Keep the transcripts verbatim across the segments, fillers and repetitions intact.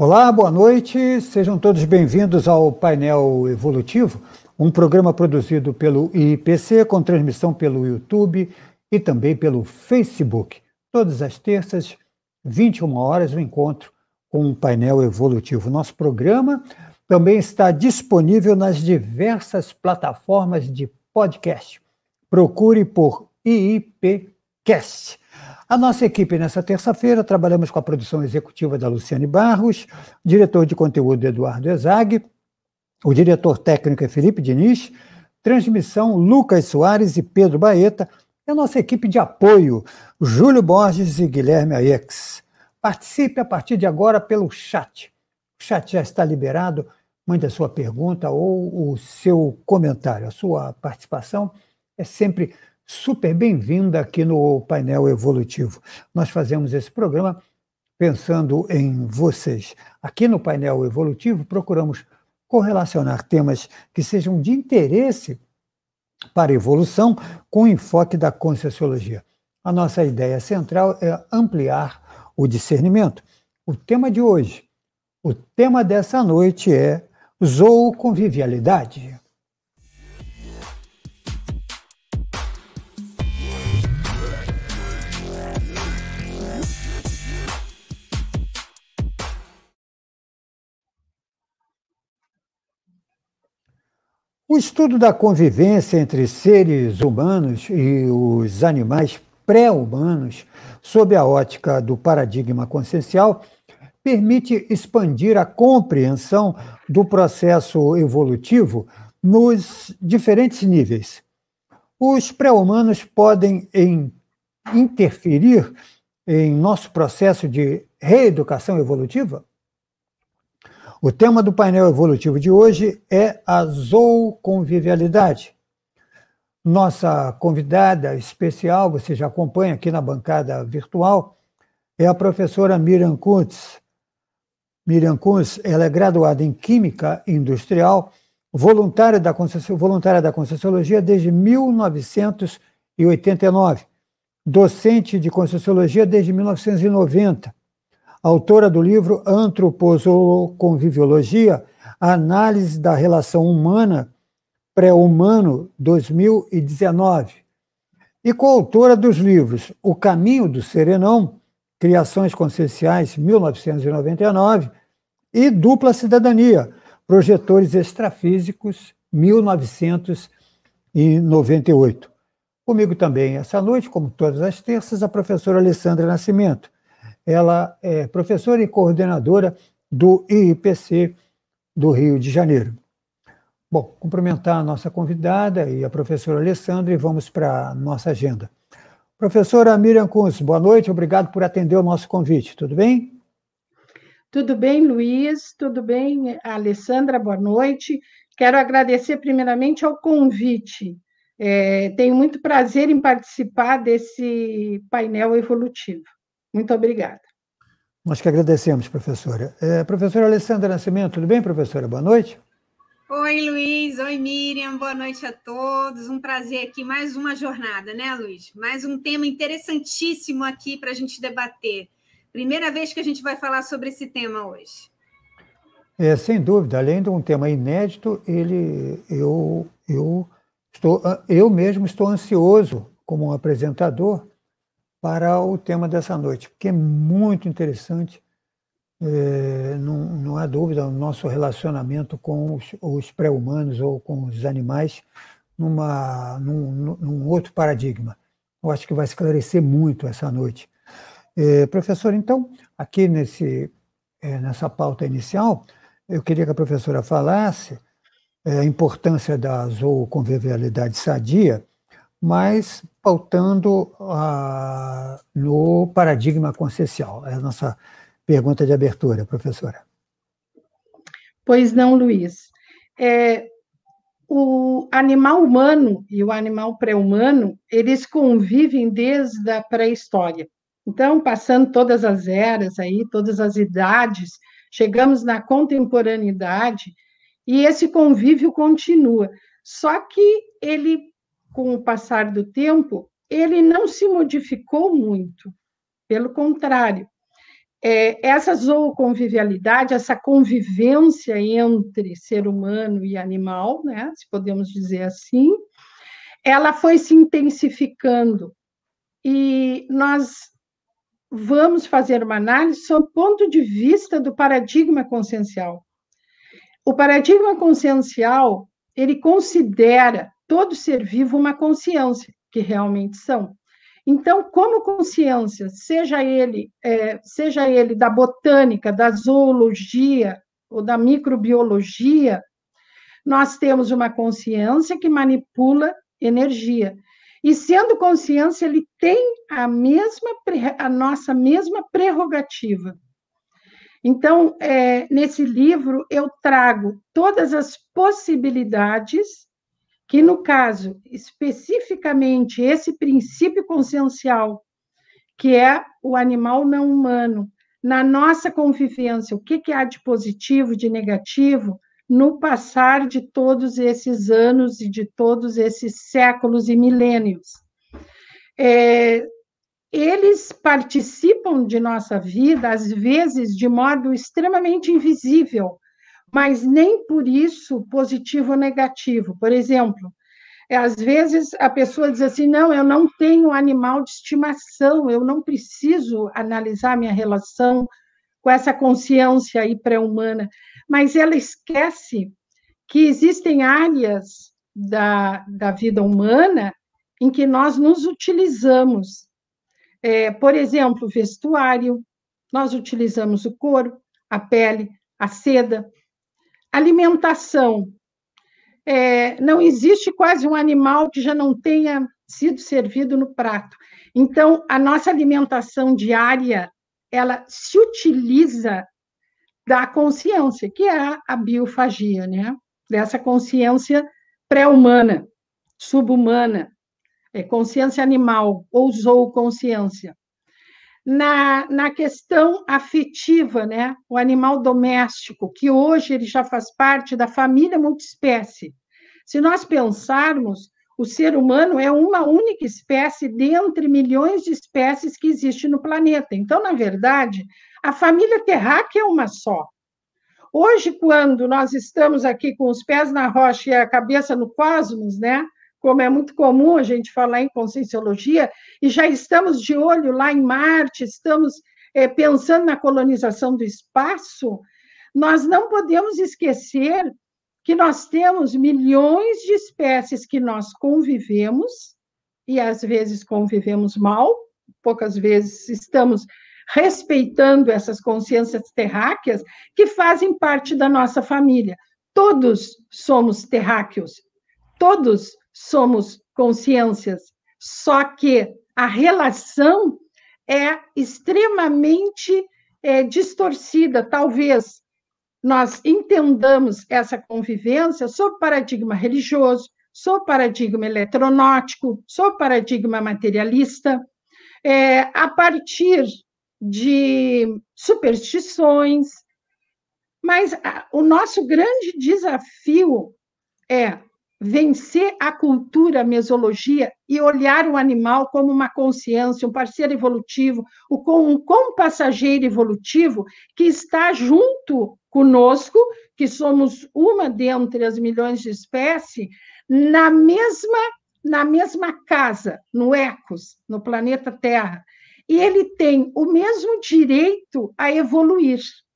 Olá, boa noite. Sejam todos bem-vindos ao Painel Evolutivo, um programa produzido pelo I P C, com transmissão pelo YouTube e também pelo Facebook. Todas as terças, vinte e uma horas, o encontro com um painel evolutivo. Nosso programa também está disponível nas diversas plataformas de podcast. Procure por IIPcast. A nossa equipe, nessa terça-feira, trabalhamos com a produção executiva da Luciane Barros, diretor de conteúdo Eduardo Ezag, o diretor técnico é Felipe Diniz, transmissão Lucas Soares e Pedro Baeta, e a nossa equipe de apoio, Júlio Borges e Guilherme Aiex. Participe a partir de agora pelo chat. O chat já está liberado, mande a sua pergunta ou o seu comentário. A sua participação é sempre super bem-vinda aqui no Painel Evolutivo. Nós fazemos esse programa pensando em vocês. Aqui no Painel Evolutivo, procuramos correlacionar temas que sejam de interesse para a evolução com o enfoque da Conscienciologia. A nossa ideia central é ampliar o discernimento. O tema de hoje, o tema dessa noite é zooconvivialidade. O estudo da convivência entre seres humanos e os animais pré-humanos, sob a ótica do paradigma consciencial, permite expandir a compreensão do processo evolutivo nos diferentes níveis. Os pré-humanos podem em, interferir em nosso processo de reeducação evolutiva? O tema do painel evolutivo de hoje é a zooconvivialidade. Nossa convidada especial, você já acompanha aqui na bancada virtual, é a professora Miriam Kuntz. Miriam Kuntz, ela é graduada em Química Industrial, voluntária da, voluntária da Conscienciologia desde mil novecentos e oitenta e nove, docente de Conscienciologia desde mil novecentos e noventa, autora do livro Antropozooconviviologia, Análise da Relação Humana Pré-Humano, dois mil e dezenove, e coautora dos livros O Caminho do Serenão, Criações Conscienciais, mil novecentos e noventa e nove, e Dupla Cidadania, Projetores Extrafísicos, mil novecentos e noventa e oito. Comigo também, essa noite, como todas as terças, a professora Alessandra Nascimento. Ela é professora e coordenadora do I I P C do Rio de Janeiro. Bom, cumprimentar a nossa convidada e a professora Alessandra e vamos para a nossa agenda. Professora Miriam Kuntz, boa noite, obrigado por atender o nosso convite, tudo bem? Tudo bem, Luiz, tudo bem, Alessandra, boa noite. Quero agradecer primeiramente ao convite. É, tenho muito prazer em participar desse painel evolutivo. Muito obrigada. Nós que agradecemos, professora. É, professora Alessandra Nascimento, tudo bem, professora? Boa noite. Oi, Luiz. Oi, Miriam. Boa noite a todos. Um prazer aqui, mais uma jornada, né, Luiz? Mais um tema interessantíssimo aqui para a gente debater. Primeira vez que a gente vai falar sobre esse tema hoje. É, sem dúvida, além de um tema inédito, ele, eu, eu, estou, eu mesmo estou ansioso, como um apresentador, para o tema dessa noite, porque é muito interessante, é, não, não há dúvida, o nosso relacionamento com os, os pré-humanos ou com os animais numa, num, num outro paradigma. Eu acho que vai esclarecer muito essa noite. É, professor, então, aqui nesse, é, nessa pauta inicial, eu queria que a professora falasse é, a importância da zooconvivialidade sadia, mas pautando ah, no paradigma consciencial. É a nossa pergunta de abertura, professora. Pois não, Luiz. É, o animal humano e o animal pré-humano, eles convivem desde a pré-história. Então, passando todas as eras aí, todas as idades, chegamos na contemporaneidade e esse convívio continua. Só que ele, com o passar do tempo, ele não se modificou muito, pelo contrário. É, essa zooconvivialidade, essa convivência entre ser humano e animal, né, se podemos dizer assim, ela foi se intensificando. E nós vamos fazer uma análise sob o ponto de vista do paradigma consciencial. O paradigma consciencial, ele considera todo ser vivo uma consciência, que realmente são. Então, como consciência, seja ele, é, seja ele da botânica, da zoologia ou da microbiologia, nós temos uma consciência que manipula energia. E sendo consciência, ele tem a mesma, a nossa mesma prerrogativa. Então, é, nesse livro, eu trago todas as possibilidades que, no caso, especificamente esse princípio consciencial, que é o animal não humano, na nossa convivência, o que, que há de positivo, de negativo, no passar de todos esses anos e de todos esses séculos e milênios. É, eles participam de nossa vida, às vezes, de modo extremamente invisível, mas nem por isso positivo ou negativo. Por exemplo, às vezes a pessoa diz assim, não, eu não tenho animal de estimação, eu não preciso analisar minha relação com essa consciência aí pré-humana, mas ela esquece que existem áreas da, da vida humana em que nós nos utilizamos. É, por exemplo, vestuário, nós utilizamos o couro, a pele, a seda. Alimentação. É, não existe quase um animal que já não tenha sido servido no prato. Então, a nossa alimentação diária, ela se utiliza da consciência, que é a biofagia, né? Dessa consciência pré-humana, subhumana, é, consciência animal, ou zooconsciência. Na, na questão afetiva, né? O animal doméstico, que hoje ele já faz parte da família multiespécie. Se nós pensarmos, o ser humano é uma única espécie dentre milhões de espécies que existem no planeta. Então, na verdade, a família terráquea é uma só. Hoje, quando nós estamos aqui com os pés na rocha e a cabeça no cosmos, né? Como é muito comum a gente falar em conscienciologia, e já estamos de olho lá em Marte, estamos é, pensando na colonização do espaço, nós não podemos esquecer que nós temos milhões de espécies que nós convivemos, e às vezes convivemos mal, poucas vezes estamos respeitando essas consciências terráqueas que fazem parte da nossa família. Todos somos terráqueos, todos somos consciências, só que a relação é extremamente é, distorcida. Talvez nós entendamos essa convivência sob paradigma religioso, sob paradigma eletronótico, sob paradigma materialista, é, a partir de superstições, mas a, o nosso grande desafio é vencer a cultura, a mesologia e olhar o animal como uma consciência, um parceiro evolutivo, um compassageiro evolutivo que está junto conosco, que somos uma dentre as milhões de espécies, na mesma, na mesma casa, no Ecos, no planeta Terra. E ele tem o mesmo direito a evoluir.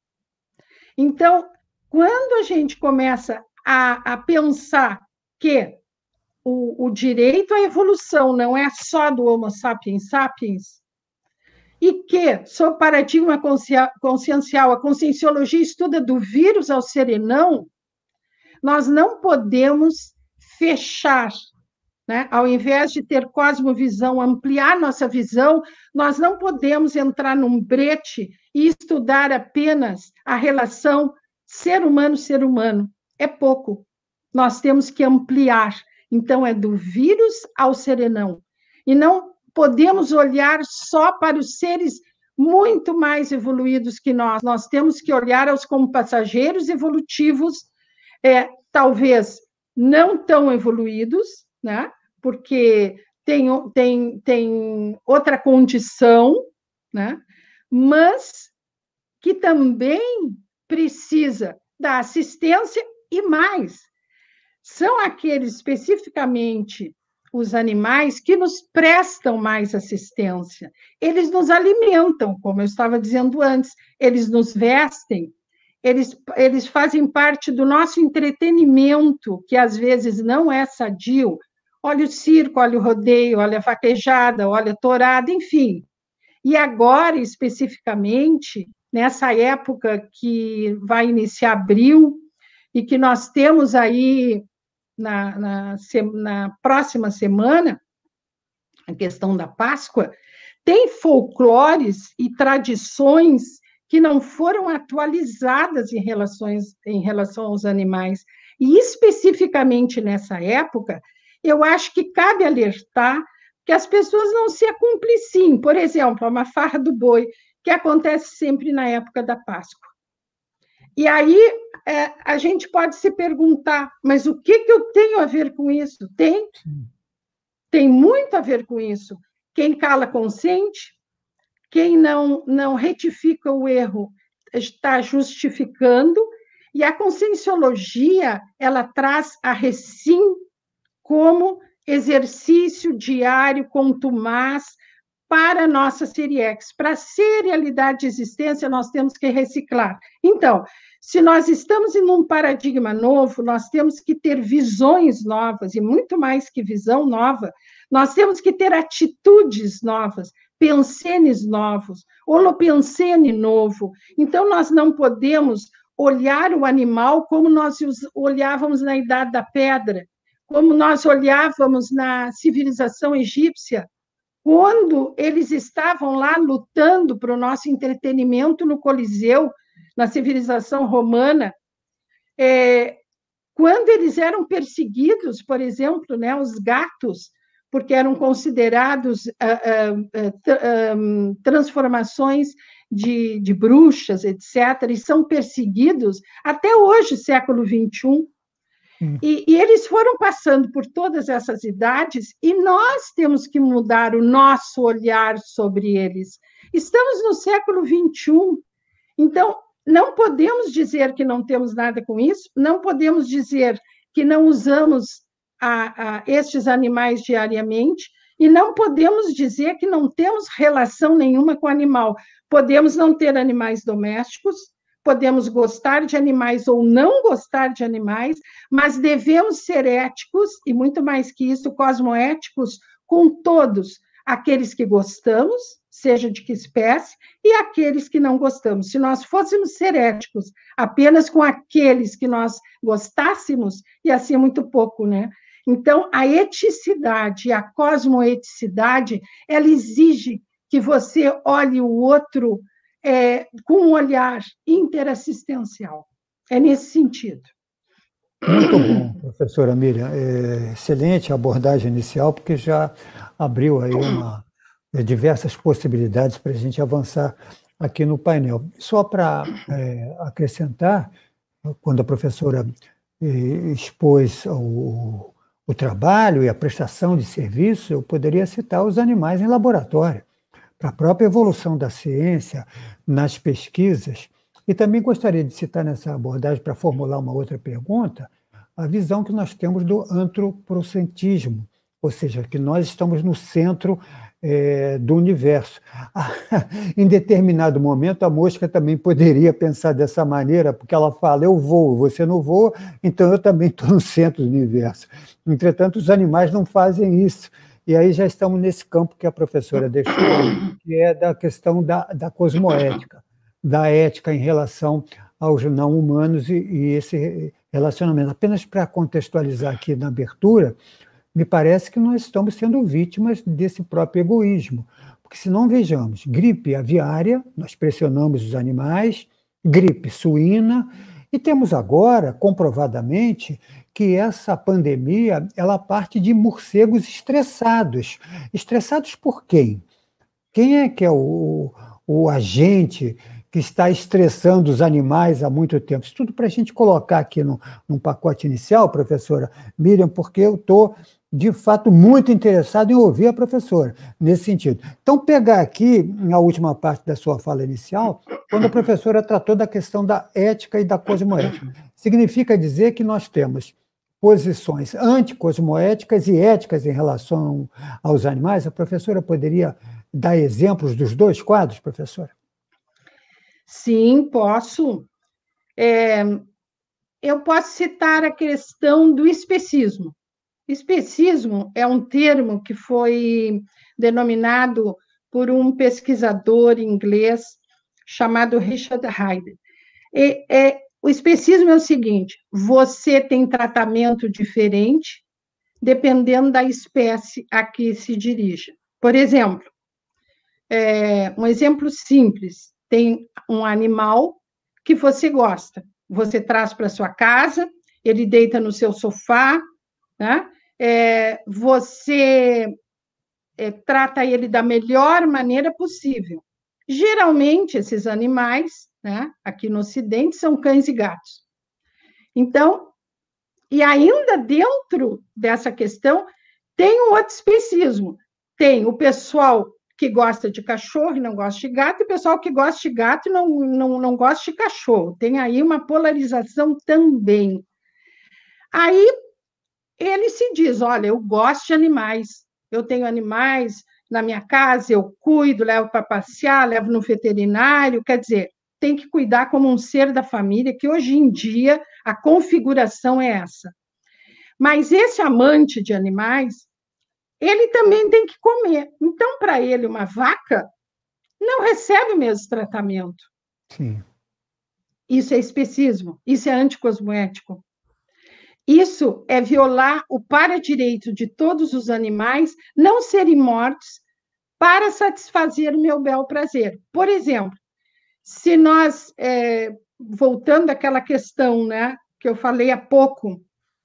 Então, quando a gente começa a, a pensar que o, o direito à evolução não é só do Homo sapiens sapiens, e que, sob paradigma consciencial, a conscienciologia estuda do vírus ao serenão, nós não podemos fechar, né? Ao invés de ter cosmovisão, ampliar nossa visão, nós não podemos entrar num brete e estudar apenas a relação ser humano-ser humano. É pouco. Nós temos que ampliar. Então, é do vírus ao serenão. E não podemos olhar só para os seres muito mais evoluídos que nós. Nós temos que olhar aos como passageiros evolutivos, é, talvez não tão evoluídos, né? Porque tem, tem, tem outra condição, né? Mas que também precisa da assistência e mais. São aqueles especificamente os animais que nos prestam mais assistência. Eles nos alimentam, como eu estava dizendo antes, eles nos vestem, eles, eles fazem parte do nosso entretenimento, que às vezes não é sadio. Olha o circo, olha o rodeio, olha a vaquejada, olha a tourada, enfim. E agora, especificamente, nessa época que vai iniciar abril, e que nós temos aí na, na, na próxima semana, a questão da Páscoa, tem folclores e tradições que não foram atualizadas em, relações, em relação aos animais. E, especificamente nessa época, eu acho que cabe alertar que as pessoas não se acumplissem. Por exemplo, uma farra do boi, que acontece sempre na época da Páscoa. E aí é, a gente pode se perguntar, mas o que, que eu tenho a ver com isso? Tem, tem muito a ver com isso. Quem cala consente, quem não, não retifica o erro está justificando, e a conscienciologia, ela traz a recim como exercício diário, contumaz, para a nossa Seriex. Para a serialidade de existência, nós temos que reciclar. Então, se nós estamos em um paradigma novo, nós temos que ter visões novas, e muito mais que visão nova, nós temos que ter atitudes novas, pensenes novos, holopensene novo. Então, nós não podemos olhar o animal como nós olhávamos na Idade da Pedra, como nós olhávamos na civilização egípcia, quando eles estavam lá lutando para o nosso entretenimento no Coliseu, na civilização romana, é, quando eles eram perseguidos, por exemplo, né, os gatos, porque eram considerados ah, ah, ah, transformações de, de bruxas, etcétera, e são perseguidos até hoje, século vinte e um. E, e eles foram passando por todas essas idades, e nós temos que mudar o nosso olhar sobre eles. Estamos no século vinte e um, então não podemos dizer que não temos nada com isso, não podemos dizer que não usamos a, a estes animais diariamente, e não podemos dizer que não temos relação nenhuma com o animal. Podemos não ter animais domésticos, podemos gostar de animais ou não gostar de animais, mas devemos ser éticos, e muito mais que isso, cosmoéticos, com todos aqueles que gostamos, seja de que espécie, e aqueles que não gostamos. Se nós fôssemos ser éticos apenas com aqueles que nós gostássemos, ia ser muito pouco, né? Então, a eticidade, a cosmoeticidade, ela exige que você olhe o outro É, com um olhar interassistencial. É nesse sentido. Muito bom, professora Miriam. É, excelente a abordagem inicial, porque já abriu aí uma, diversas possibilidades para a gente avançar aqui no painel. Só para é, acrescentar, quando a professora é, expôs o, o trabalho e a prestação de serviço, eu poderia citar os animais em laboratório, para a própria evolução da ciência, nas pesquisas. E também gostaria de citar nessa abordagem, para formular uma outra pergunta, a visão que nós temos do antropocentrismo, ou seja, que nós estamos no centro é, do universo. Em determinado momento, a mosca também poderia pensar dessa maneira, porque ela fala, eu voo, você não voa, então eu também estou no centro do universo. Entretanto, os animais não fazem isso. E aí já estamos nesse campo que a professora deixou, que é da questão da, da cosmoética, da ética em relação aos não humanos e, e esse relacionamento. Apenas para contextualizar aqui na abertura, me parece que nós estamos sendo vítimas desse próprio egoísmo. Porque se não vejamos, gripe aviária, nós pressionamos os animais, gripe suína, e temos agora, comprovadamente, que essa pandemia ela parte de morcegos estressados. Estressados por quem? Quem é que é o, o agente que está estressando os animais há muito tempo. Isso tudo para a gente colocar aqui no, num pacote inicial, professora Miriam, porque eu estou, de fato, muito interessado em ouvir a professora nesse sentido. Então, pegar aqui, na última parte da sua fala inicial, quando a professora tratou da questão da ética e da cosmoética. Significa dizer que nós temos posições anticosmoéticas e éticas em relação aos animais. A professora poderia dar exemplos dos dois quadros, professora? Sim, posso. É, eu posso citar a questão do especismo. Especismo é um termo que foi denominado por um pesquisador inglês chamado Richard Hayden. E, é, o especismo é o seguinte: você tem tratamento diferente dependendo da espécie a que se dirige. Por exemplo, é, um exemplo simples, tem um animal que você gosta, você traz para sua casa, ele deita no seu sofá, né? É, você é, trata ele da melhor maneira possível. Geralmente, esses animais, né, aqui no Ocidente, são cães e gatos. Então, e ainda dentro dessa questão, tem um outro especismo. Tem o pessoal que gosta de cachorro e não gosta de gato, e o pessoal que gosta de gato e não, não, não gosta de cachorro. Tem aí uma polarização também. Aí, ele se diz, olha, eu gosto de animais, eu tenho animais na minha casa, eu cuido, levo para passear, levo no veterinário, quer dizer, tem que cuidar como um ser da família, que hoje em dia a configuração é essa. Mas esse amante de animais, ele também tem que comer. Então, para ele, uma vaca não recebe o mesmo tratamento. Sim. Isso é especismo, isso é anticosmoético. Isso é violar o para-direito de todos os animais não serem mortos para satisfazer o meu bel prazer. Por exemplo, se nós, é, voltando àquela questão, né, que eu falei há pouco,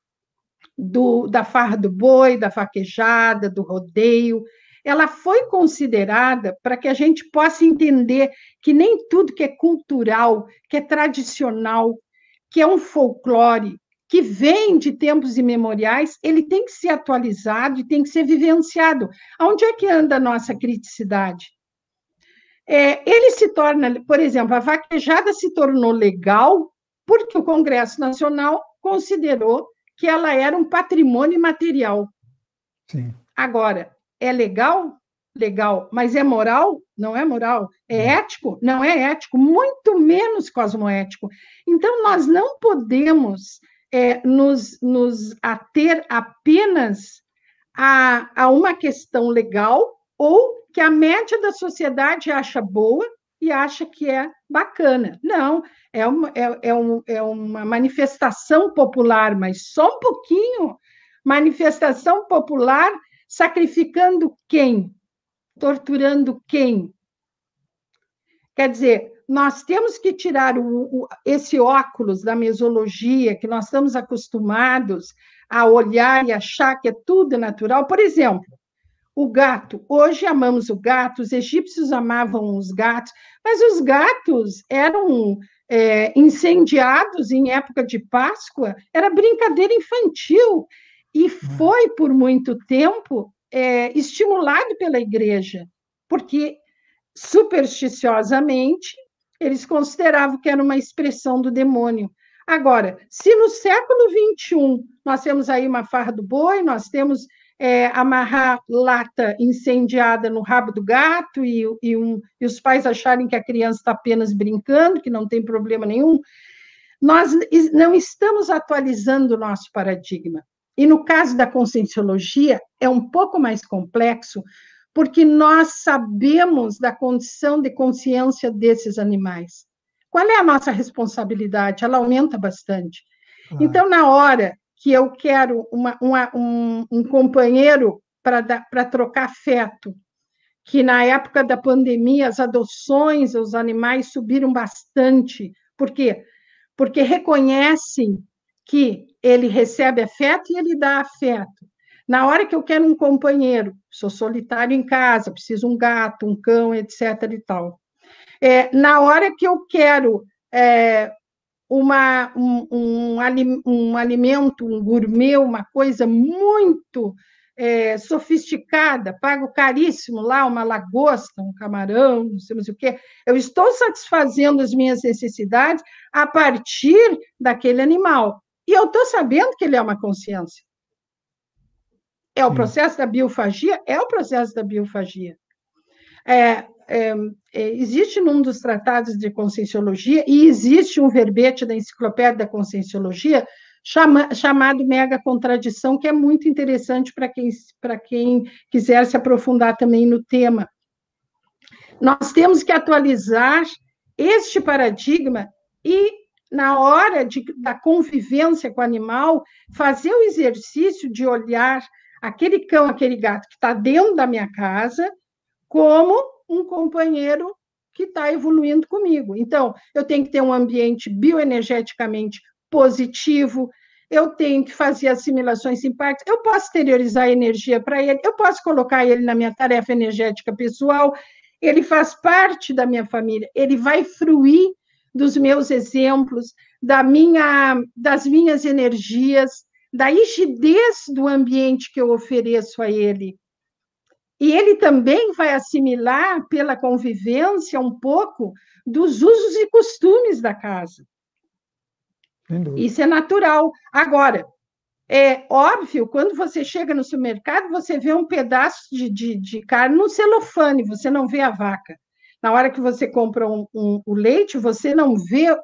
do, da farra do boi, da vaquejada, do rodeio, ela foi considerada para que a gente possa entender que nem tudo que é cultural, que é tradicional, que é um folclore, que vem de tempos imemoriais, ele tem que ser atualizado e tem que ser vivenciado. Onde é que anda a nossa criticidade? É, ele se torna, por exemplo, a vaquejada se tornou legal porque o Congresso Nacional considerou que ela era um patrimônio imaterial. Sim. Agora, é legal? Legal. Mas é moral? Não é moral. É ético? Não é ético. Muito menos cosmoético. Então, nós não podemos é, nos, nos ater apenas a, a uma questão legal ou que a média da sociedade acha boa e acha que é bacana. Não, é uma, é, é, um, é uma manifestação popular, mas só um pouquinho. Manifestação popular sacrificando quem? Torturando quem? Quer dizer, nós temos que tirar o, o, esse óculos da mesologia, que nós estamos acostumados a olhar e achar que é tudo natural. Por exemplo, o gato. Hoje amamos o gato, os egípcios amavam os gatos, mas os gatos eram é, incendiados em época de Páscoa, era brincadeira infantil, e foi, por muito tempo, é, estimulado pela igreja, porque, supersticiosamente, eles consideravam que era uma expressão do demônio. Agora, se no século vinte e um nós temos aí uma farra do boi, nós temos é, amarrar lata incendiada no rabo do gato e, e, um, e os pais acharem que a criança está apenas brincando, que não tem problema nenhum, nós não estamos atualizando o nosso paradigma. E no caso da conscienciologia, é um pouco mais complexo, porque nós sabemos da condição de consciência desses animais. Qual é a nossa responsabilidade? Ela aumenta bastante. Claro. Então, na hora que eu quero uma, uma, um, um companheiro para trocar afeto, que na época da pandemia as adoções aos animais subiram bastante. Por quê? Porque reconhecem que ele recebe afeto e ele dá afeto. Na hora que eu quero um companheiro, sou solitário em casa, preciso de um gato, um cão, etc e tal. É, na hora que eu quero é, uma, um, um, um alimento, um gourmet, uma coisa muito é, sofisticada, pago caríssimo lá, uma lagosta, um camarão, não sei, não sei o quê, eu estou satisfazendo as minhas necessidades a partir daquele animal. E eu estou sabendo que ele é uma consciência. É o processo da biofagia? É o processo da biofagia. É, é, é, existe num dos tratados de Conscienciologia, e existe um verbete da Enciclopédia da Conscienciologia chama, chamado Mega Contradição, que é muito interessante para quem, para quem quiser se aprofundar também no tema. Nós temos que atualizar este paradigma e, na hora de, da convivência com o animal, fazer o exercício de olhar aquele cão, aquele gato que está dentro da minha casa, como um companheiro que está evoluindo comigo. Então, eu tenho que ter um ambiente bioenergeticamente positivo, eu tenho que fazer assimilações simpáticas, eu posso exteriorizar energia para ele, eu posso colocar ele na minha tarefa energética pessoal, ele faz parte da minha família, ele vai fruir dos meus exemplos, da minha, das minhas energias, da rigidez do ambiente que eu ofereço a ele. E ele também vai assimilar, pela convivência, um pouco dos usos e costumes da casa. Isso é natural. Agora, é óbvio, quando você chega no supermercado, você vê um pedaço de, de, de carne no celofane, você não vê a vaca. Na hora que você compra um, um, o leite, você não vê a,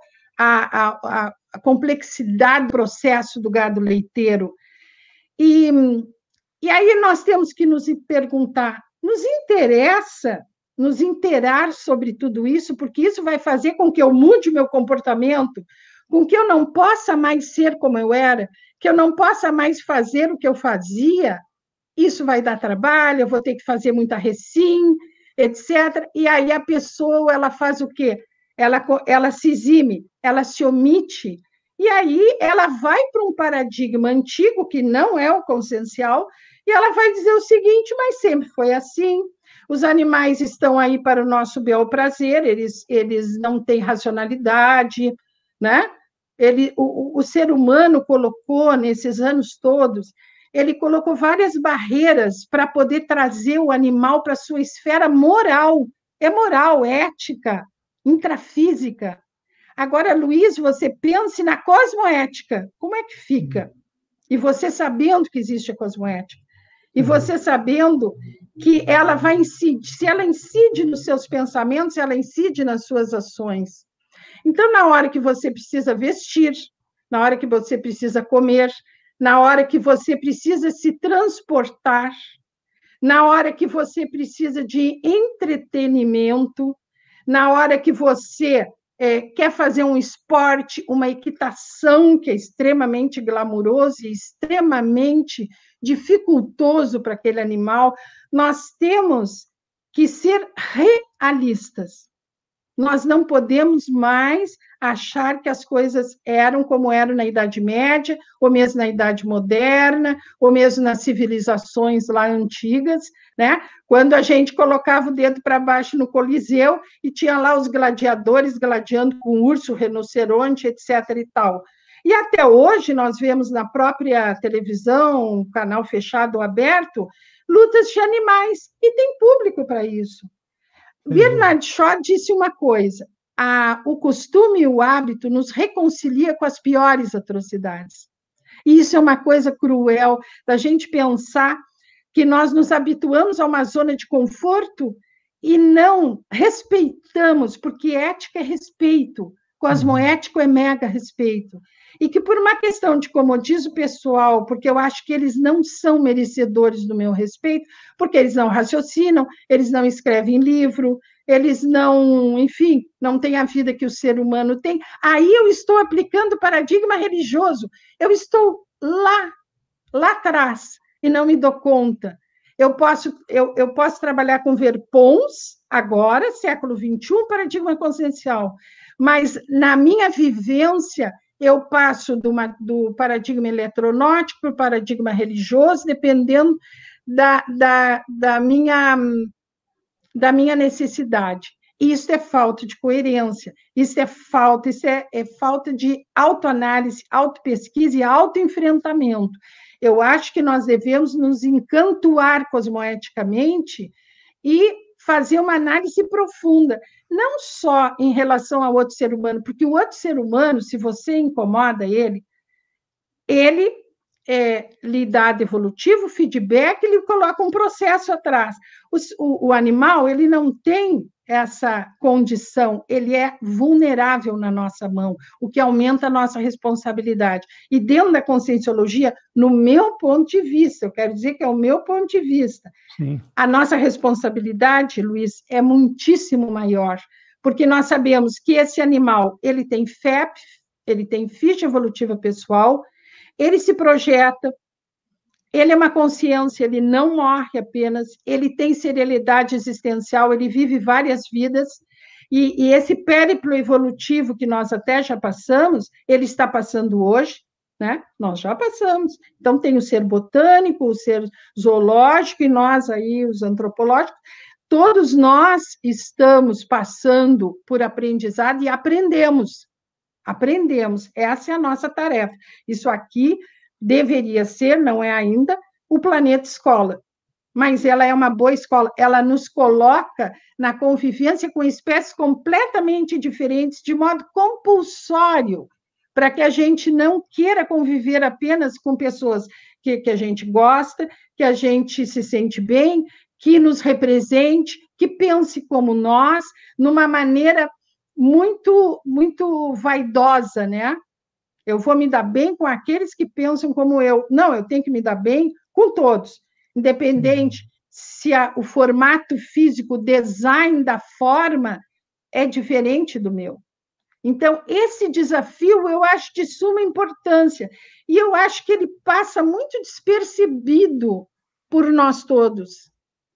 a, a complexidade do processo do gado leiteiro. E... E aí nós temos que nos perguntar, nos interessa nos inteirar sobre tudo isso, porque isso vai fazer com que eu mude meu comportamento, com que eu não possa mais ser como eu era, que eu não possa mais fazer o que eu fazia. Isso vai dar trabalho, eu vou ter que fazer muita recim, etcétera. E aí a pessoa, ela faz o quê? Ela, ela se exime, ela se omite, e aí ela vai para um paradigma antigo, que não é o consciencial, e ela vai dizer o seguinte, mas sempre foi assim, os animais estão aí para o nosso bel prazer, eles, eles não têm racionalidade, né? Ele, o, o ser humano colocou, nesses anos todos, ele colocou várias barreiras para poder trazer o animal para a sua esfera moral, é moral, ética, intrafísica. Agora, Luiz, você pense na cosmoética, como é que fica? E você sabendo que existe a cosmoética, e você sabendo que ela vai incidir, se ela incide nos seus pensamentos, ela incide nas suas ações. Então, na hora que você precisa vestir, na hora que você precisa comer, na hora que você precisa se transportar, na hora que você precisa de entretenimento, na hora que você é, quer fazer um esporte, uma equitação, que é extremamente glamuroso e extremamente dificultoso para aquele animal, nós temos que ser realistas. Nós não podemos mais achar que as coisas eram como eram na Idade Média, ou mesmo na Idade Moderna, ou mesmo nas civilizações lá antigas, né? Quando a gente colocava o dedo para baixo no Coliseu e tinha lá os gladiadores gladiando com urso, rinoceronte, etcétera e tal. E até hoje nós vemos na própria televisão, canal fechado ou aberto, lutas de animais, e tem público para isso. Bernard Shaw disse uma coisa, a, o costume e o hábito nos reconcilia com as piores atrocidades. E isso é uma coisa cruel, da gente pensar que nós nos habituamos a uma zona de conforto e não respeitamos, porque ética é respeito, cosmoético é mega respeito. E que por uma questão de comodismo pessoal, porque eu acho que eles não são merecedores do meu respeito, porque eles não raciocinam, eles não escrevem livro, eles não, enfim, não têm a vida que o ser humano tem. Aí eu estou aplicando o paradigma religioso, eu estou lá, lá atrás, e não me dou conta. Eu posso, eu, eu posso trabalhar com verpons, agora, século vinte e um, paradigma consciencial, mas na minha vivência, eu passo do, do paradigma eletronótico para o paradigma religioso, dependendo da, da, da, minha, da minha necessidade. Isso é falta de coerência, isso é falta, isso é, é falta de autoanálise, autopesquisa e autoenfrentamento. Eu acho que nós devemos nos encantuar cosmoeticamente e fazer uma análise profunda, não só em relação ao outro ser humano, porque o outro ser humano, se você incomoda ele, ele é, lhe dá devolutivo, feedback, ele coloca um processo atrás. O, o, o animal, ele não tem essa condição, ele é vulnerável na nossa mão, o que aumenta a nossa responsabilidade. E dentro da conscienciologia, no meu ponto de vista, eu quero dizer que é o meu ponto de vista, Sim. a nossa responsabilidade, Luiz, é muitíssimo maior, porque nós sabemos que esse animal, ele tem F E P, ele tem ficha evolutiva pessoal, ele se projeta, ele é uma consciência, ele não morre apenas, ele tem serialidade existencial, ele vive várias vidas, e, e esse périplo evolutivo que nós até já passamos, ele está passando hoje, né? Nós já passamos. Então, tem o ser botânico, o ser zoológico, e nós aí, os antropológicos, todos nós estamos passando por aprendizado e aprendemos. Aprendemos, essa é a nossa tarefa. Isso aqui deveria ser, não é ainda, o planeta escola, mas ela é uma boa escola, ela nos coloca na convivência com espécies completamente diferentes, de modo compulsório, para que a gente não queira conviver apenas com pessoas que, que a gente gosta, que a gente se sente bem, que nos represente, que pense como nós, numa maneira muito, muito vaidosa, né? Eu vou me dar bem com aqueles que pensam como eu. Não, eu tenho que me dar bem com todos, independente Sim. se a, o formato físico, o design da forma é diferente do meu. Então, esse desafio eu acho de suma importância, e eu acho que ele passa muito despercebido por nós todos.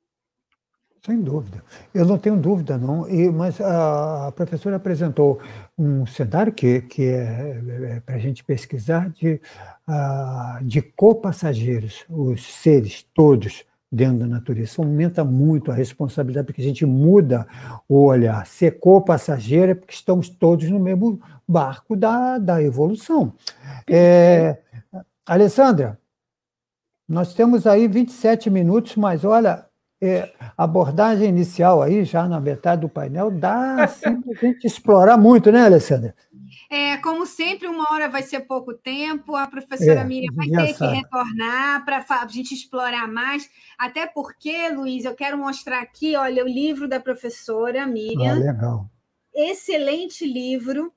Sem dúvida. Eu não tenho dúvida, não. E, mas a professora apresentou um cenário que, que é, é para a gente pesquisar de, uh, de copassageiros, os seres todos dentro da natureza. Isso aumenta muito a responsabilidade, porque a gente muda o olhar. Ser copassageiro é porque estamos todos no mesmo barco da, da evolução. É, Alessandra, nós temos aí vinte e sete minutos, mas olha... É, a abordagem inicial aí, já na metade do painel, dá assim, para a gente explorar muito, né, Alessandra? É, como sempre, uma hora vai ser pouco tempo, a professora é, Miriam vai ter sabe. que retornar para a gente explorar mais, até porque, Luiz, eu quero mostrar aqui, olha, o livro da professora Miriam. Ah, legal. Excelente livro.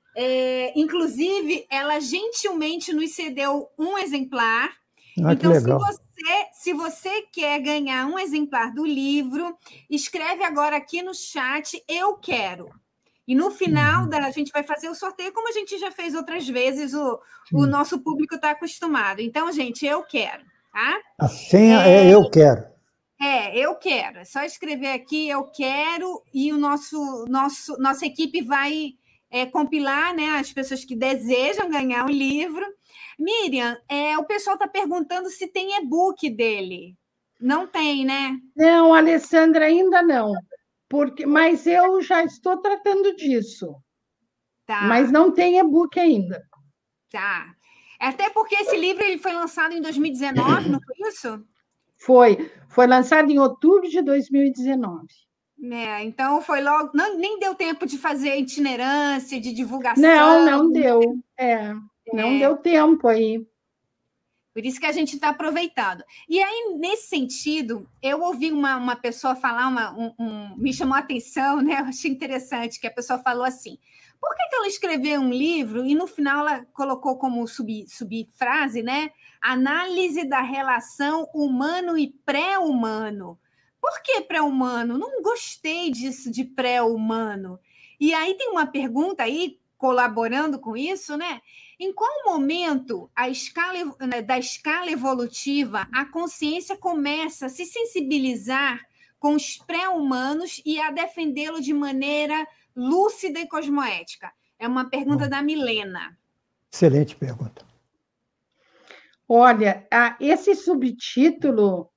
É, inclusive, ela gentilmente nos cedeu um exemplar. Ah, então, se você, se você quer ganhar um exemplar do livro, escreve agora aqui no chat, eu quero. E no final, uhum. da, a gente vai fazer o sorteio, como a gente já fez outras vezes, o, o nosso público está acostumado. Então, gente, eu quero. Tá? A senha é, é eu quero. É, eu quero. É só escrever aqui, eu quero, e o nosso, nosso, nossa equipe vai é, compilar, né, as pessoas que desejam ganhar o livro. Miriam, é, o pessoal está perguntando se tem e-book dele. Não tem, né? Não, Alessandra, ainda não. Porque, mas eu já estou tratando disso. Tá. Mas não tem e-book ainda. Tá. Até porque esse livro ele foi lançado em dois mil e dezenove, não foi isso? Foi. Foi lançado em outubro de dois mil e dezenove. É, então foi logo... Não, nem deu tempo de fazer itinerância, de divulgação. Não, não deu. É. Não é. deu tempo aí. Por isso que a gente está aproveitando. E aí, nesse sentido, eu ouvi uma, uma pessoa falar, uma, um, um, me chamou a atenção, né? Eu achei interessante que a pessoa falou assim, por que, que ela escreveu um livro e no final ela colocou como sub, subfrase, né? Análise da relação humano e pré-humano. Por que pré-humano? Não gostei disso de pré-humano. E aí tem uma pergunta aí, colaborando com isso, né? Em qual momento a escala, da escala evolutiva a consciência começa a se sensibilizar com os pré-humanos e a defendê-lo de maneira lúcida e cosmoética? É uma pergunta Bom, da Milena. Excelente pergunta. Olha, esse subtítulo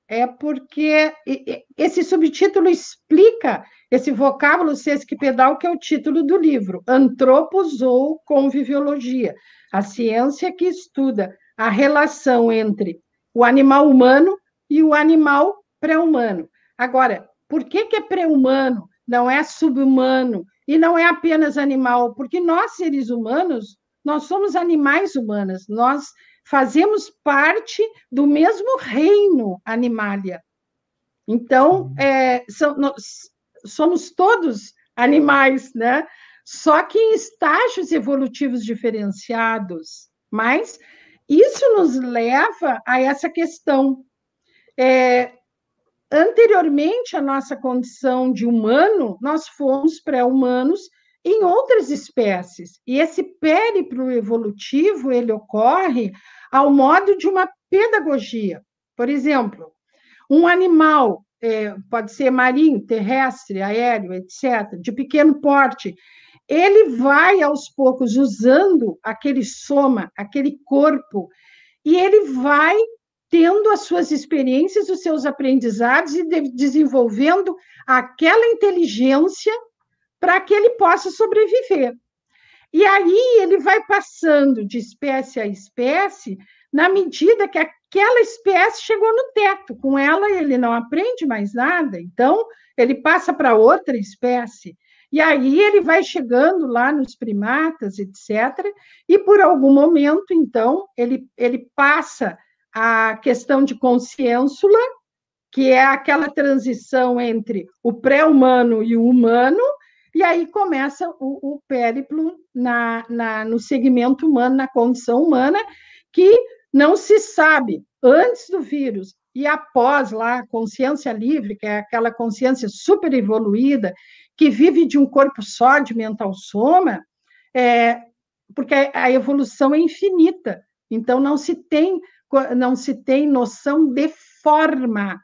é porque esse subtítulo explica esse vocábulo sesquipedal, que é o título do livro, Antropos ou Conviviologia, a ciência que estuda a relação entre o animal humano e o animal pré-humano. Agora, por que, que é pré-humano, não é sub-humano, e não é apenas animal? Porque nós, seres humanos, nós somos animais humanos, nós fazemos parte do mesmo reino animalia. Então, é, são, nós, somos todos animais, né? Só que em estágios evolutivos diferenciados. Mas isso nos leva a essa questão. É, anteriormente à nossa condição de humano, nós fomos pré-humanos em outras espécies. E esse périplo evolutivo, ele ocorre ao modo de uma pedagogia. Por exemplo, um animal, é, pode ser marinho, terrestre, aéreo, etcétera, de pequeno porte, ele vai, aos poucos, usando aquele soma, aquele corpo, e ele vai tendo as suas experiências, os seus aprendizados e de, desenvolvendo aquela inteligência para que ele possa sobreviver. E aí ele vai passando de espécie a espécie na medida que aquela espécie chegou no teto. Com ela ele não aprende mais nada, então ele passa para outra espécie. E aí ele vai chegando lá nos primatas, etcétera, e por algum momento, então, ele, ele passa a questão de consciênsula, que é aquela transição entre o pré-humano e o humano, e aí começa o, o périplo na, na, no segmento humano, na condição humana, que não se sabe, antes do vírus e após lá a consciência livre, que é aquela consciência super evoluída, que vive de um corpo só, de mental soma, é, porque a evolução é infinita, então não se tem, não se tem noção de forma,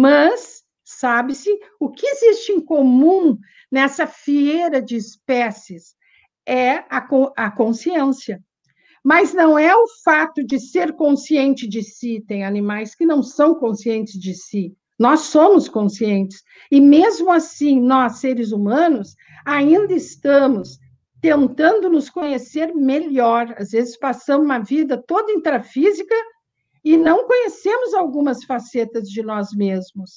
mas sabe-se o que existe em comum nessa fieira de espécies é a, a consciência. Mas não é o fato de ser consciente de si, tem animais que não são conscientes de si. Nós somos conscientes. E mesmo assim, nós, seres humanos, ainda estamos tentando nos conhecer melhor. Às vezes passamos uma vida toda intrafísica e não conhecemos algumas facetas de nós mesmos.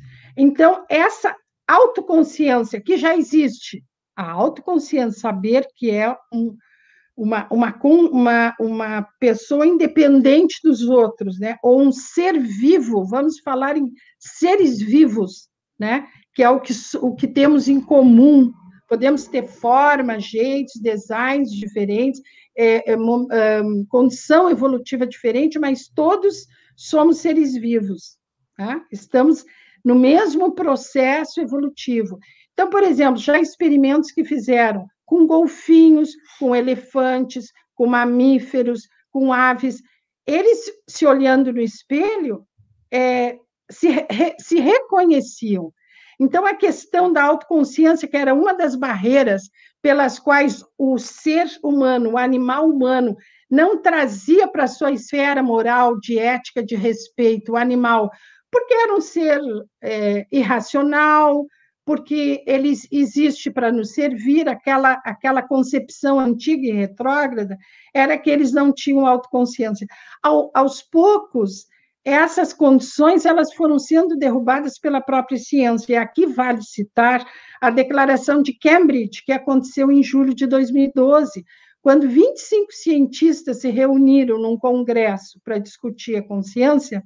Então, essa autoconsciência que já existe, a autoconsciência, saber que é um, uma, uma, uma, uma pessoa independente dos outros, né? Ou um ser vivo, vamos falar em seres vivos, né? Que é o que, o que temos em comum. Podemos ter formas, jeitos, designs diferentes, é, é, é, condição evolutiva diferente, mas todos somos seres vivos, tá? Estamos no mesmo processo evolutivo. Então, por exemplo, já experimentos que fizeram com golfinhos, com elefantes, com mamíferos, com aves, eles, se olhando no espelho, é, se, re, se reconheciam. Então, a questão da autoconsciência, que era uma das barreiras pelas quais o ser humano, o animal humano, não trazia para a sua esfera moral, de ética, de respeito, o animal, porque era um ser é, irracional, porque ele existe para nos servir, aquela, aquela concepção antiga e retrógrada era que eles não tinham autoconsciência. Ao, aos poucos, essas condições elas foram sendo derrubadas pela própria ciência, e aqui vale citar a Declaração de Cambridge, que aconteceu em julho de dois mil e doze, quando vinte e cinco cientistas se reuniram num congresso para discutir a consciência,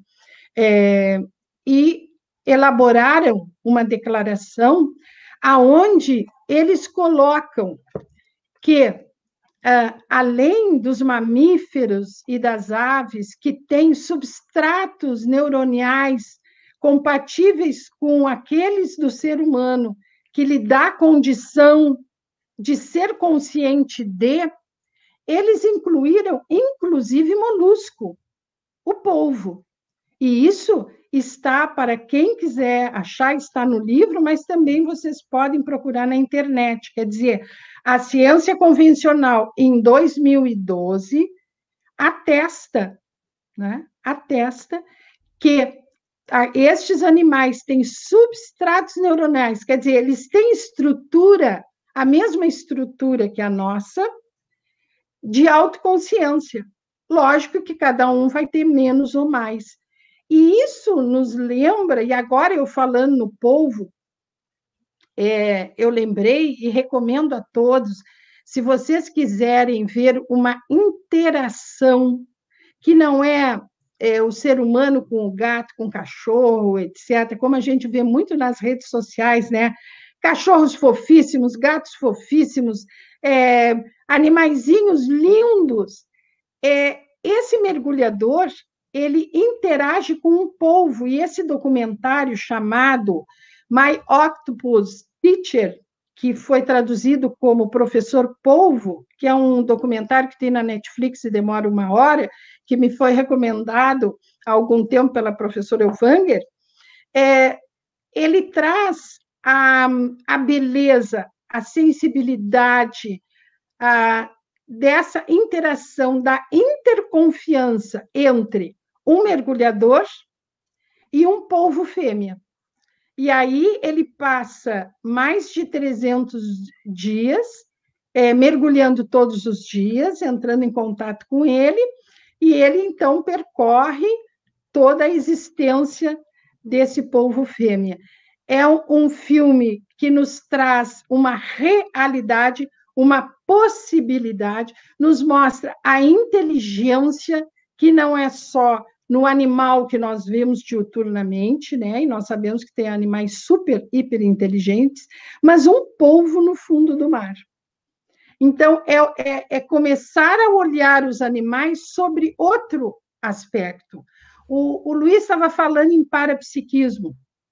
é, e elaboraram uma declaração aonde eles colocam que, uh, além dos mamíferos e das aves, que têm substratos neuroniais compatíveis com aqueles do ser humano, que lhe dá condição de ser consciente de, eles incluíram, inclusive, molusco, o polvo. E isso está, para quem quiser achar, está no livro, mas também vocês podem procurar na internet. Quer dizer, a ciência convencional, em dois mil e doze, atesta, né, atesta que estes animais têm substratos neuronais, quer dizer, eles têm estrutura, a mesma estrutura que a nossa, de autoconsciência. Lógico que cada um vai ter menos ou mais. E isso nos lembra, e agora eu falando no polvo, é, eu lembrei e recomendo a todos, se vocês quiserem ver uma interação que não é, é o ser humano com o gato, com o cachorro, etcétera, como a gente vê muito nas redes sociais, né? Cachorros fofíssimos, gatos fofíssimos, é, animaizinhos lindos. É, esse mergulhador, ele interage com um polvo, e esse documentário chamado My Octopus Teacher, que foi traduzido como Professor Polvo, que é um documentário que tem na Netflix e demora uma hora, que me foi recomendado há algum tempo pela professora Elvanger, é, ele traz a, a beleza, a sensibilidade, a, dessa interação, da interconfiança entre um mergulhador e um polvo fêmea. E aí ele passa mais de trezentos dias, é, mergulhando todos os dias, entrando em contato com ele, e ele, então, percorre toda a existência desse polvo fêmea. É um filme que nos traz uma realidade, uma possibilidade, nos mostra a inteligência, que não é só no animal que nós vemos diuturnamente, né? E nós sabemos que tem animais super, hiper inteligentes, mas um polvo no fundo do mar. Então, é, é, é começar a olhar os animais sobre outro aspecto. O, o Luiz estava falando em parapsiquismo.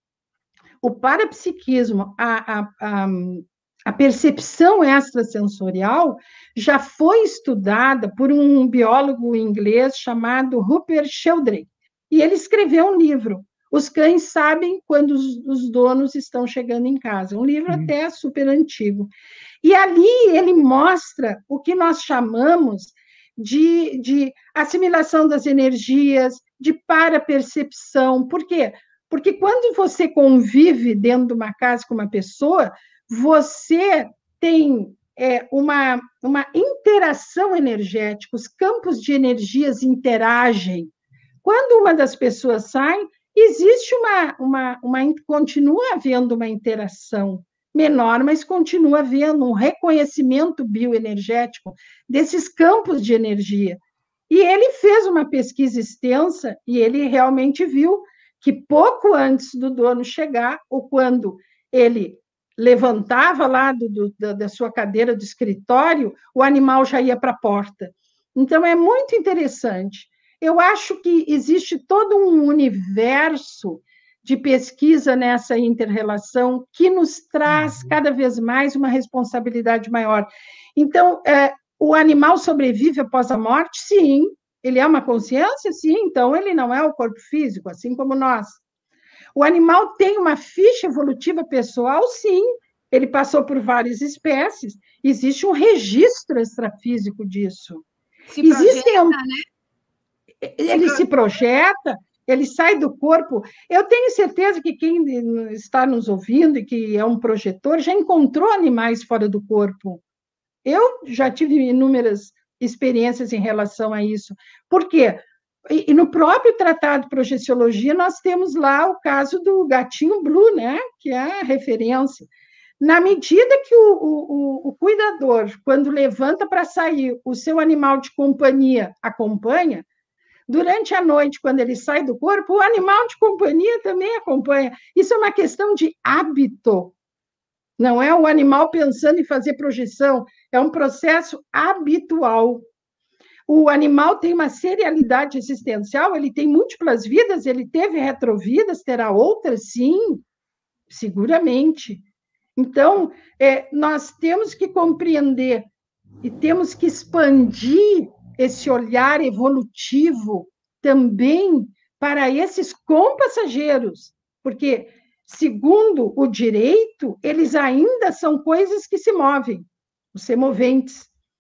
O parapsiquismo, a, a, a, a percepção extrasensorial, já foi estudada por um biólogo inglês chamado Rupert Sheldrake, e ele escreveu um livro, Os Cães Sabem Quando os, os Donos Estão Chegando em Casa, um livro uhum. até super antigo. E ali ele mostra o que nós chamamos de, de assimilação das energias, de parapercepção. Por quê? Porque quando você convive dentro de uma casa com uma pessoa, você tem é, uma, uma interação energética, os campos de energias interagem. Quando uma das pessoas sai, existe uma, uma, uma continua havendo uma interação menor, mas continua havendo um reconhecimento bioenergético desses campos de energia. E ele fez uma pesquisa extensa e ele realmente viu que pouco antes do dono chegar, ou quando ele levantava lá do, do, da sua cadeira do escritório, o animal já ia para a porta. Então, é muito interessante. Eu acho que existe todo um universo de pesquisa nessa inter-relação que nos traz cada vez mais uma responsabilidade maior. Então, é, o animal sobrevive após a morte? Sim. Ele é uma consciência? Sim. Então, ele não é o corpo físico, assim como nós. O animal tem uma ficha evolutiva pessoal? Sim. Ele passou por várias espécies. Existe um registro extrafísico disso. Se Existem... projeta, né? Ele se, se projeta, ele sai do corpo. Eu tenho certeza que quem está nos ouvindo e que é um projetor já encontrou animais fora do corpo. Eu já tive inúmeras experiências em relação a isso. Por quê? E, e no próprio Tratado de Projeciologia, nós temos lá o caso do gatinho Blue, né? Que é a referência. Na medida que o, o, o cuidador, quando levanta para sair, o seu animal de companhia acompanha, durante a noite, quando ele sai do corpo, o animal de companhia também acompanha. Isso é uma questão de hábito. Não é o animal pensando em fazer projeção, é um processo habitual. O animal tem uma serialidade existencial, ele tem múltiplas vidas, ele teve retrovidas, terá outras, sim, seguramente. Então, é, nós temos que compreender e temos que expandir esse olhar evolutivo também para esses compassageiros, porque, segundo o direito, eles ainda são coisas que se movem, os semoventes.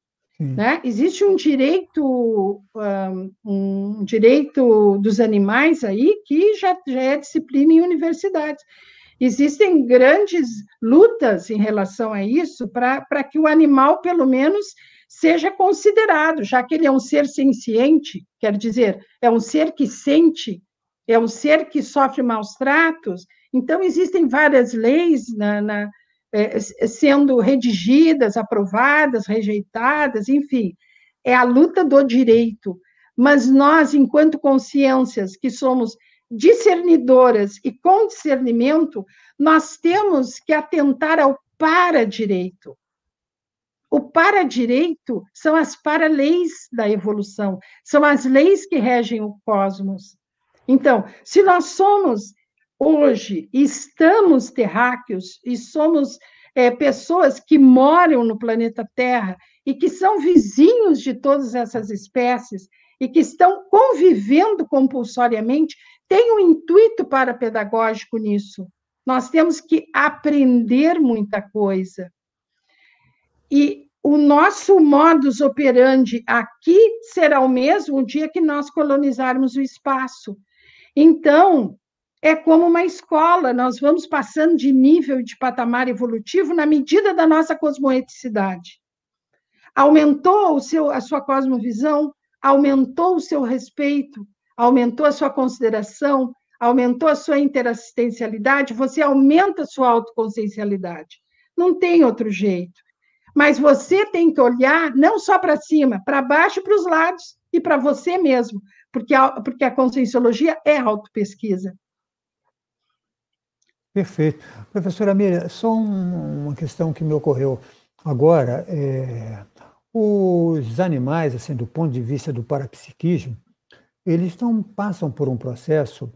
né? Existe um direito, um, um direito dos animais aí que já, já é disciplina em universidades. Existem grandes lutas em relação a isso para que o animal, pelo menos, seja considerado, já que ele é um ser senciente, quer dizer, é um ser que sente, é um ser que sofre maus tratos. Então, existem várias leis na, na, é, sendo redigidas, aprovadas, rejeitadas, enfim, é a luta do direito. Mas nós, enquanto consciências que somos discernidoras e com discernimento, nós temos que atentar ao para-direito. O para-direito são as para-leis da evolução, são as leis que regem o cosmos. Então, se nós somos hoje, estamos terráqueos e somos é, pessoas que moram no planeta Terra e que são vizinhos de todas essas espécies e que estão convivendo compulsoriamente, tem um intuito parapedagógico nisso. Nós temos que aprender muita coisa. E o nosso modus operandi aqui será o mesmo o dia que nós colonizarmos o espaço. Então, é como uma escola, nós vamos passando de nível de patamar evolutivo na medida da nossa cosmoeticidade. Aumentou o seu, a sua cosmovisão, aumentou o seu respeito, aumentou a sua consideração, aumentou a sua interassistencialidade, você aumenta a sua autoconsciencialidade. Não tem outro jeito. Mas você tem que olhar não só para cima, para baixo e para os lados, e para você mesmo, porque a, porque a conscienciologia é autopesquisa. Perfeito. Professora Miriam, só um, uma questão que me ocorreu agora. É, os animais, assim, do ponto de vista do parapsiquismo, eles não passam por um processo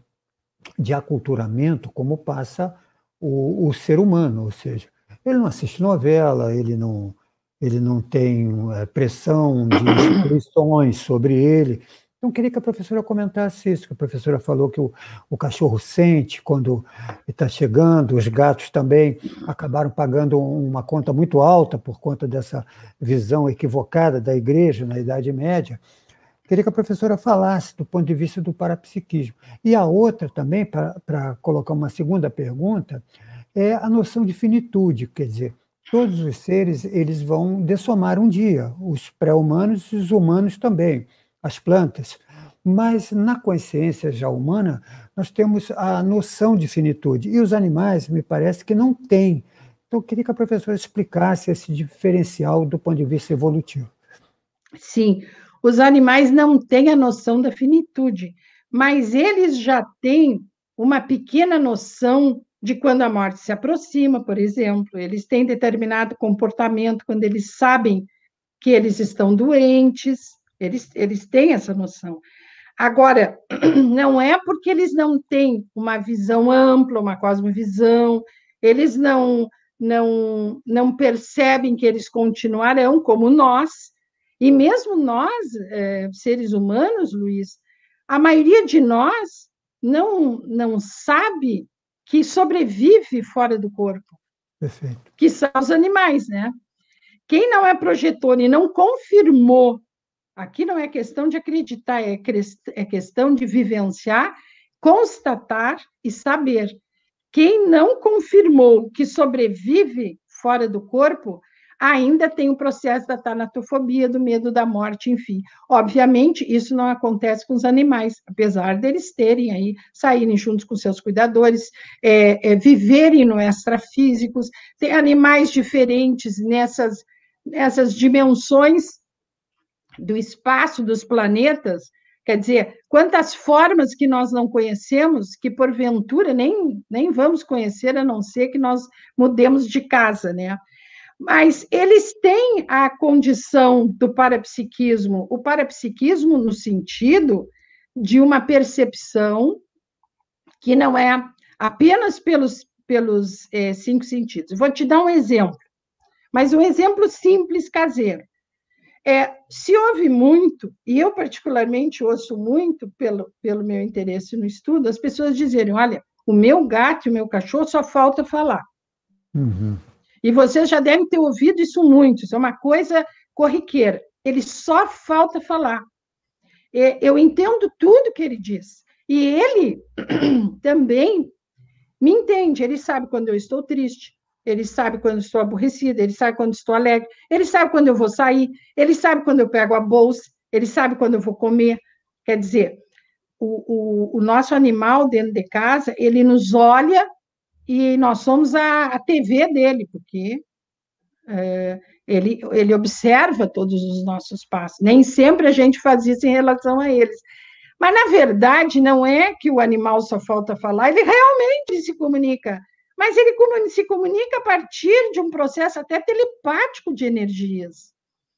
de aculturamento como passa o, o ser humano, ou seja, ele não assiste novela, ele não, ele não tem é, pressão de instituições sobre ele. Então, queria que a professora comentasse isso, que a professora falou que o, o cachorro sente quando está chegando, os gatos também acabaram pagando uma conta muito alta por conta dessa visão equivocada da igreja na Idade Média. Queria que a professora falasse do ponto de vista do parapsiquismo. E a outra também, para colocar uma segunda pergunta, é a noção de finitude, quer dizer, todos os seres eles vão dessomar um dia, os pré-humanos e os humanos também, as plantas, mas na consciência já humana nós temos a noção de finitude, e os animais me parece que não têm. Então eu queria que a professora explicasse esse diferencial do ponto de vista evolutivo. Sim, os animais não têm a noção da finitude, mas eles já têm uma pequena noção de quando a morte se aproxima, por exemplo. Eles têm determinado comportamento quando eles sabem que eles estão doentes, eles, eles têm essa noção. Agora, não é porque eles não têm uma visão ampla, uma cosmovisão, eles não, não, não percebem que eles continuarão como nós, e mesmo nós, é, seres humanos, Luiz, a maioria de nós não, não sabe que sobrevive fora do corpo. Perfeito. Que são os animais, né? Quem não é projetor e não confirmou, aqui não é questão de acreditar, é, é questão de vivenciar, constatar e saber. Quem não confirmou que sobrevive fora do corpo, ainda tem o processo da tanatofobia, do medo da morte, enfim. Obviamente, isso não acontece com os animais, apesar deles terem aí, saírem juntos com seus cuidadores, é, é, viverem no extrafísicos, tem animais diferentes nessas, nessas dimensões do espaço, dos planetas, quer dizer, quantas formas que nós não conhecemos, que porventura nem, nem vamos conhecer, a não ser que nós mudemos de casa, né? Mas eles têm a condição do parapsiquismo, o parapsiquismo no sentido de uma percepção que não é apenas pelos, pelos é, cinco sentidos. Vou te dar um exemplo, mas um exemplo simples, caseiro. É, se ouve muito, e eu particularmente ouço muito, pelo, pelo meu interesse no estudo, as pessoas dizerem, olha, o meu gato e o meu cachorro só falta falar. Uhum. E vocês já devem ter ouvido isso muito, isso é uma coisa corriqueira. ele só falta falar. Eu entendo tudo que ele diz. E ele também me entende, ele sabe quando eu estou triste, ele sabe quando estou aborrecida, ele sabe quando estou alegre, ele sabe quando eu vou sair, ele sabe quando eu pego a bolsa, ele sabe quando eu vou comer. Quer dizer, o, o, o nosso animal dentro de casa, ele nos olha e nós somos a, a T V dele, porque é, ele, ele observa todos os nossos passos. Nem sempre a gente faz isso em relação a eles. Mas, na verdade, não é que o animal só falta falar, ele realmente se comunica. Mas ele se comunica a partir de um processo até telepático de energias.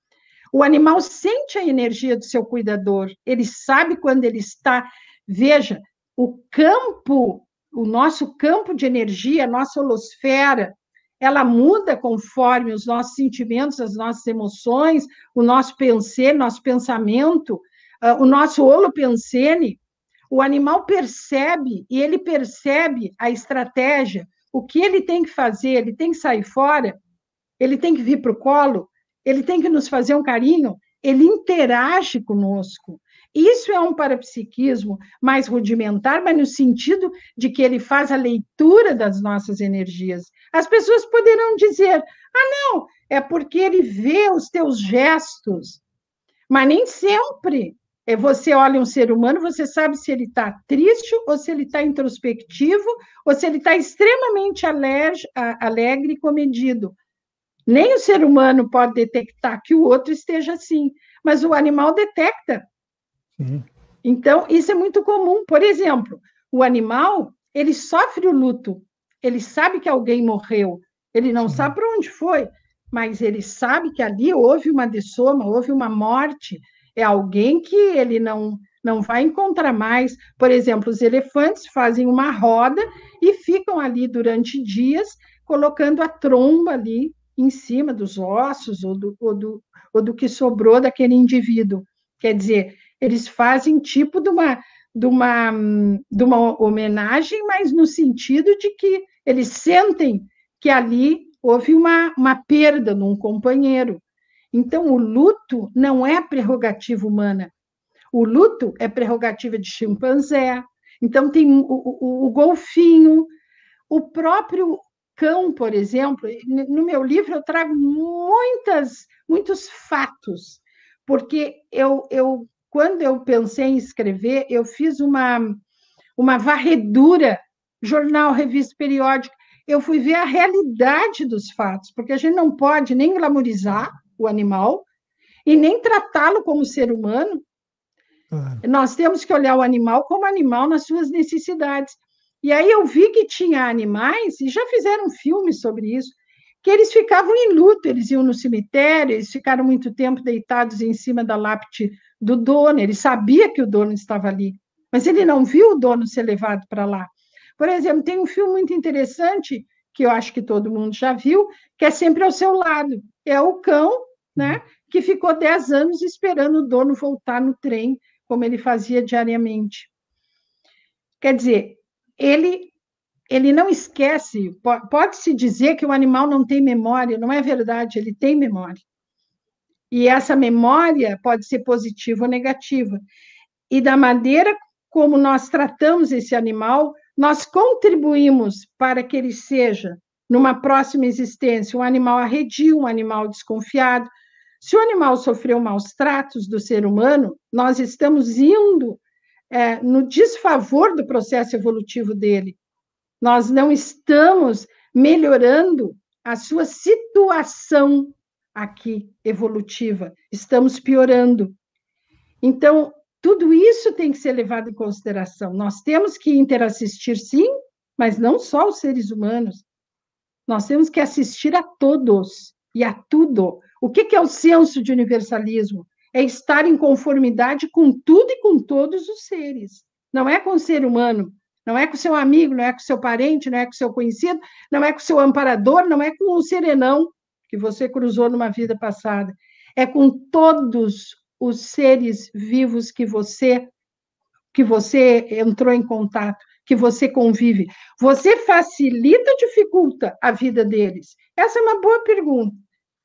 O animal sente a energia do seu cuidador, ele sabe quando ele está... Veja, o campo, o nosso campo de energia, a nossa holosfera, ela muda conforme os nossos sentimentos, as nossas emoções, o nosso pensar, nosso pensamento, uh, o nosso holopensene. O animal percebe, e ele percebe a estratégia, o que ele tem que fazer, ele tem que sair fora, ele tem que vir para o colo, ele tem que nos fazer um carinho, ele interage conosco. Isso é um parapsiquismo mais rudimentar, mas no sentido de que ele faz a leitura das nossas energias. As pessoas poderão dizer, ah, não, é porque ele vê os teus gestos, mas nem sempre. Você olha um ser humano, você sabe se ele está triste, ou se ele está introspectivo, ou se ele está extremamente alegre e comedido. Nem o ser humano pode detectar que o outro esteja assim, mas o animal detecta. Uhum. Então, isso é muito comum. Por exemplo, o animal, ele sofre o luto, ele sabe que alguém morreu, ele não Sim. sabe para onde foi, mas ele sabe que ali houve uma dessoma, houve uma morte, é alguém que ele não, não vai encontrar mais. Por exemplo, os elefantes fazem uma roda e ficam ali durante dias, colocando a tromba ali em cima dos ossos ou do, ou do, ou do que sobrou daquele indivíduo. Quer dizer, eles fazem tipo de uma, de, uma, de uma homenagem, mas no sentido de que eles sentem que ali houve uma, uma perda num companheiro. Então, o luto não é prerrogativa humana. O luto é prerrogativa de chimpanzé. Então, tem o, o, o golfinho, o próprio cão, por exemplo. No meu livro, eu trago muitas, muitos fatos, porque eu, eu, quando eu pensei em escrever, eu fiz uma, uma varredura, jornal, revista, periódico. Eu fui ver a realidade dos fatos, porque a gente não pode nem glamorizar o animal e nem tratá-lo como ser humano. Uhum. Nós temos que olhar o animal como animal nas suas necessidades. E aí eu vi que tinha animais, e já fizeram filmes sobre isso, que eles ficavam em luto, eles iam no cemitério, eles ficaram muito tempo deitados em cima da lápide do dono, ele sabia que o dono estava ali, mas ele não viu o dono ser levado para lá. Por exemplo, tem um filme muito interessante, que eu acho que todo mundo já viu, que é Sempre ao Seu Lado. É o cão, né, que ficou dez anos esperando o dono voltar no trem, como ele fazia diariamente. Quer dizer, ele, ele não esquece, pode-se dizer que o animal não tem memória, não é verdade, ele tem memória. E essa memória pode ser positiva ou negativa. E da maneira como nós tratamos esse animal, nós contribuímos para que ele seja, numa próxima existência, um animal arredio, um animal desconfiado. Se o animal sofreu maus tratos do ser humano, nós estamos indo é, no desfavor do processo evolutivo dele. Nós não estamos melhorando a sua situação aqui evolutiva, estamos piorando. Então, tudo isso tem que ser levado em consideração. Nós temos que interassistir, sim, mas não só os seres humanos. Nós temos que assistir a todos e a tudo. O que é o senso de universalismo? É estar em conformidade com tudo e com todos os seres. Não é com o ser humano, não é com o seu amigo, não é com o seu parente, não é com o seu conhecido, não é com o seu amparador, não é com o serenão que você cruzou numa vida passada. É com todos os seres vivos que você, que você entrou em contato, que você convive. Você facilita ou dificulta a vida deles? Essa é uma boa pergunta.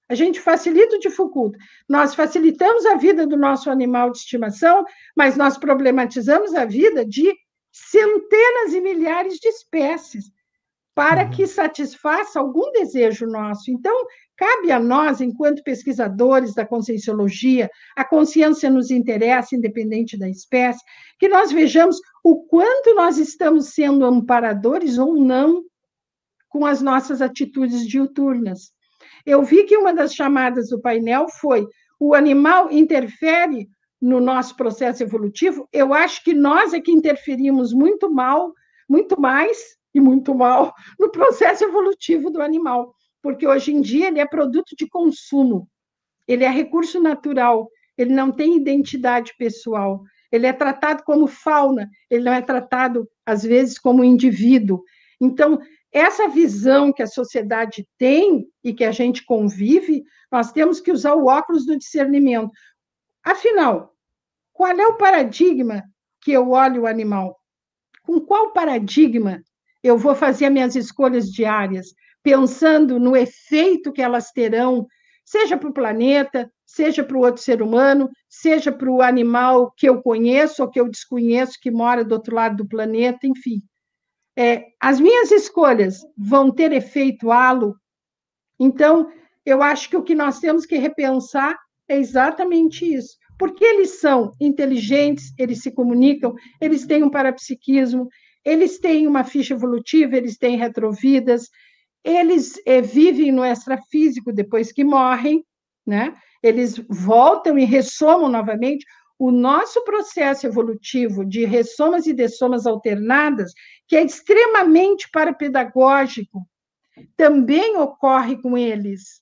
A gente facilita ou dificulta? Nós facilitamos a vida do nosso animal de estimação, mas nós problematizamos a vida de centenas e milhares de espécies para uhum. que satisfaça algum desejo nosso. Então, cabe a nós, enquanto pesquisadores da conscienciologia, a consciência nos interessa, independente da espécie, que nós vejamos o quanto nós estamos sendo amparadores ou não com as nossas atitudes diuturnas. Eu vi que uma das chamadas do painel foi: o animal interfere no nosso processo evolutivo. Eu acho que nós é que interferimos muito mal, muito mais e muito mal no processo evolutivo do animal, porque hoje em dia ele é produto de consumo, ele é recurso natural, ele não tem identidade pessoal, ele é tratado como fauna, ele não é tratado, às vezes, como indivíduo. Então, essa visão que a sociedade tem e que a gente convive, nós temos que usar o óculos do discernimento. Afinal, qual é o paradigma que eu olho o animal? Com qual paradigma eu vou fazer minhas escolhas diárias, pensando no efeito que elas terão, seja para o planeta, seja para o outro ser humano, seja para o animal que eu conheço ou que eu desconheço, que mora do outro lado do planeta, enfim. É, as minhas escolhas vão ter efeito halo? Então, eu acho que o que nós temos que repensar é exatamente isso. Porque eles são inteligentes, eles se comunicam, eles têm um parapsiquismo, eles têm uma ficha evolutiva, eles têm retrovidas, eles é, vivem no extrafísico depois que morrem, né? Eles voltam e ressomam novamente. O nosso processo evolutivo de ressomas e dessomas alternadas, que é extremamente parapedagógico, também ocorre com eles.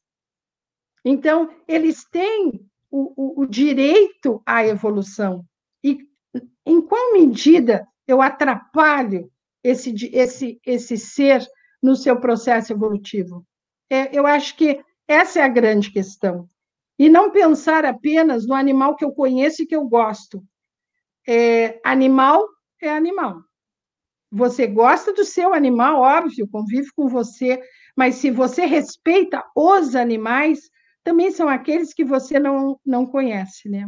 Então, eles têm o, o, o direito à evolução. E em qual medida eu atrapalho esse, esse, esse ser no seu processo evolutivo? É, eu acho que essa é a grande questão. E não pensar apenas no animal que eu conheço e que eu gosto. É, animal é animal. Você gosta do seu animal, óbvio, convive com você, mas se você respeita os animais, também são aqueles que você não, não conhece, né?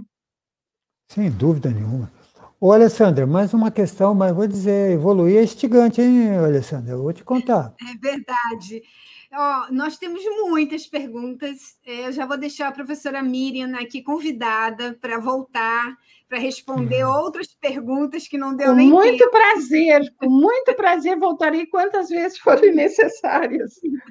Sem dúvida nenhuma. Ô, Alessandra, mais uma questão, mas vou dizer, evoluir é instigante, hein, Alessandra? Eu vou te contar. É verdade. Ó, nós temos muitas perguntas. Eu já vou deixar a professora Miriam aqui convidada para voltar, para responder uhum. outras perguntas que não deu com nem tempo. Com muito prazer, com muito prazer, voltarei quantas vezes forem necessárias.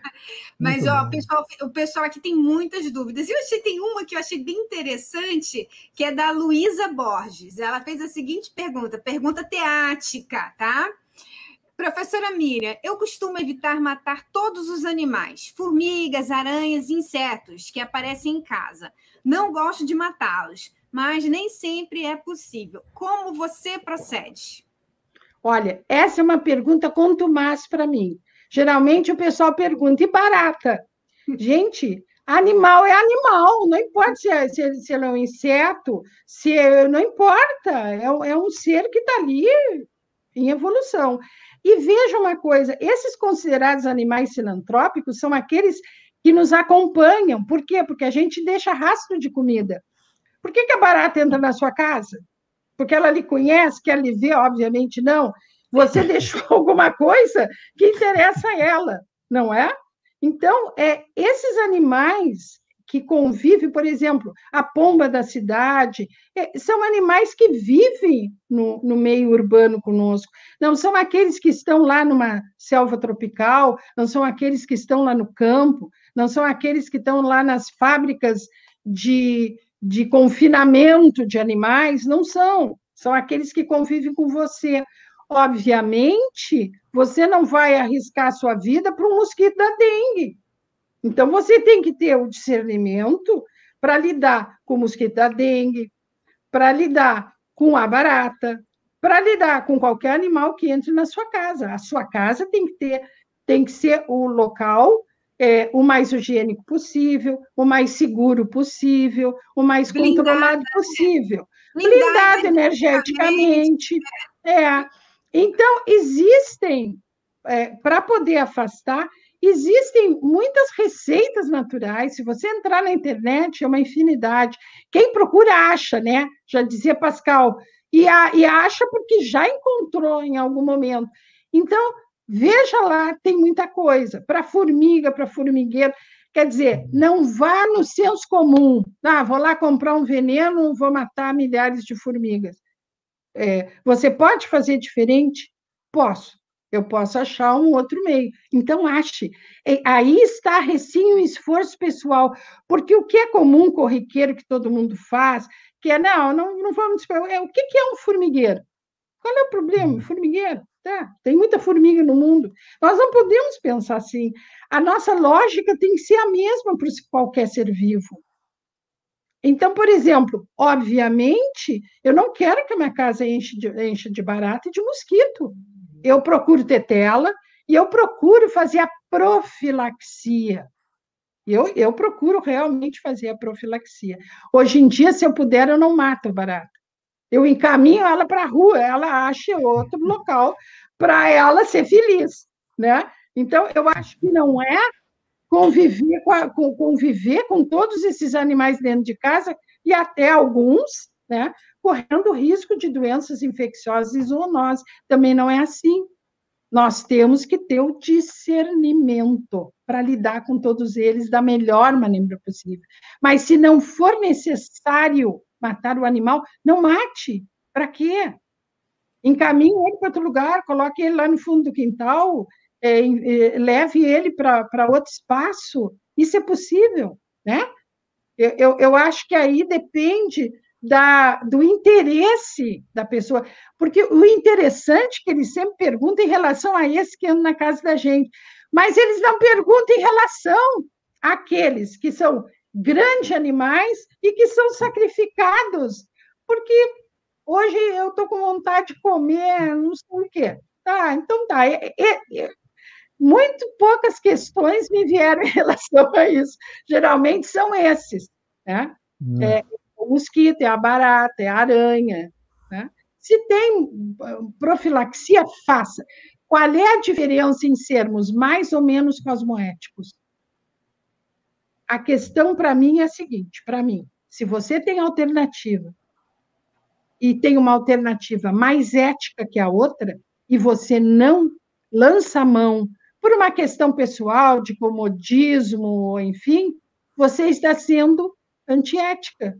Mas ó, o, pessoal, o pessoal aqui tem muitas dúvidas. E eu achei, tem uma que eu achei bem interessante, que é da Luísa Borges. Ela fez a seguinte pergunta, pergunta teática, tá? Professora Miriam, eu costumo evitar matar todos os animais, formigas, aranhas, insetos que aparecem em casa. Não gosto de matá-los, mas nem sempre é possível. Como você procede? Olha, essa é uma pergunta contumaz para mim. Geralmente o pessoal pergunta, e barata? Gente, animal é animal, não importa se é, se é, se é um inseto, se é, não importa, é, é um ser que está ali em evolução. E veja uma coisa, esses considerados animais filantrópicos são aqueles que nos acompanham. Por quê? Porque a gente deixa rastro de comida. Por que, que a barata entra na sua casa? Porque ela lhe conhece, quer lhe ver? Obviamente não. Você deixou alguma coisa que interessa a ela, não é? Então, é, esses animais que convivem, por exemplo, a pomba da cidade, é, são animais que vivem no, no meio urbano conosco, não são aqueles que estão lá numa selva tropical, não são aqueles que estão lá no campo, não são aqueles que estão lá nas fábricas de, de confinamento de animais, não são, são aqueles que convivem com você. Obviamente, você não vai arriscar a sua vida para um mosquito da dengue. Então, você tem que ter o discernimento para lidar com o mosquito da dengue, para lidar com a barata, para lidar com qualquer animal que entre na sua casa. A sua casa tem que ter, tem que ser o local é, o mais higiênico possível, o mais seguro possível, o mais blindado, controlado possível. Blindado, blindado energeticamente. É. Então, existem, é, para poder afastar, Existem muitas receitas naturais, se você entrar na internet, é uma infinidade. Quem procura, acha, né? Já dizia Pascal, e, a, e acha porque já encontrou em algum momento. Então, veja lá, tem muita coisa. Para formiga, para formigueiro. Quer dizer, não vá no senso comum. Ah, vou lá comprar um veneno, vou matar milhares de formigas. É, você pode fazer diferente? Posso. Eu posso achar um outro meio. Então, ache. Aí está, recém, o esforço pessoal. Porque o que é comum, corriqueiro, que todo mundo faz, que é, não, não, não vamos... É, o que é um formigueiro? Qual é o problema? Formigueiro. Tá, tem muita formiga no mundo. Nós não podemos pensar assim. A nossa lógica tem que ser a mesma para qualquer ser vivo. Então, por exemplo, obviamente, eu não quero que a minha casa enche de, enche de barata e de mosquito. Eu procuro ter tela e eu procuro fazer a profilaxia. Eu, eu procuro realmente fazer a profilaxia. Hoje em dia, se eu puder, eu não mato a barata. Eu encaminho ela para a rua, ela acha outro local para ela ser feliz, né? Então, eu acho que não é conviver com, a, com, conviver com todos esses animais dentro de casa e até alguns, né, correndo risco de doenças infecciosas e zoonose. Também não é assim. Nós temos que ter o discernimento para lidar com todos eles da melhor maneira possível. Mas se não for necessário matar o animal, não mate. Para quê? Encaminhe ele para outro lugar, coloque ele lá no fundo do quintal, é, é, leve ele para outro espaço. Isso é possível, né? Eu, eu, eu acho que aí depende da, do interesse da pessoa, porque o interessante é que eles sempre perguntam em relação a esse que anda na casa da gente, mas eles não perguntam em relação àqueles que são grandes animais e que são sacrificados, porque hoje eu estou com vontade de comer, não sei o quê. Tá, então tá. É, é, é, muito poucas questões me vieram em relação a isso. Geralmente são esses, né? É, o mosquito, é a barata, é a aranha. Né? Se tem profilaxia, faça. Qual é a diferença em sermos mais ou menos cosmoéticos? A questão para mim é a seguinte, para mim, se você tem alternativa e tem uma alternativa mais ética que a outra, e você não lança a mão por uma questão pessoal, de comodismo, enfim, você está sendo antiética.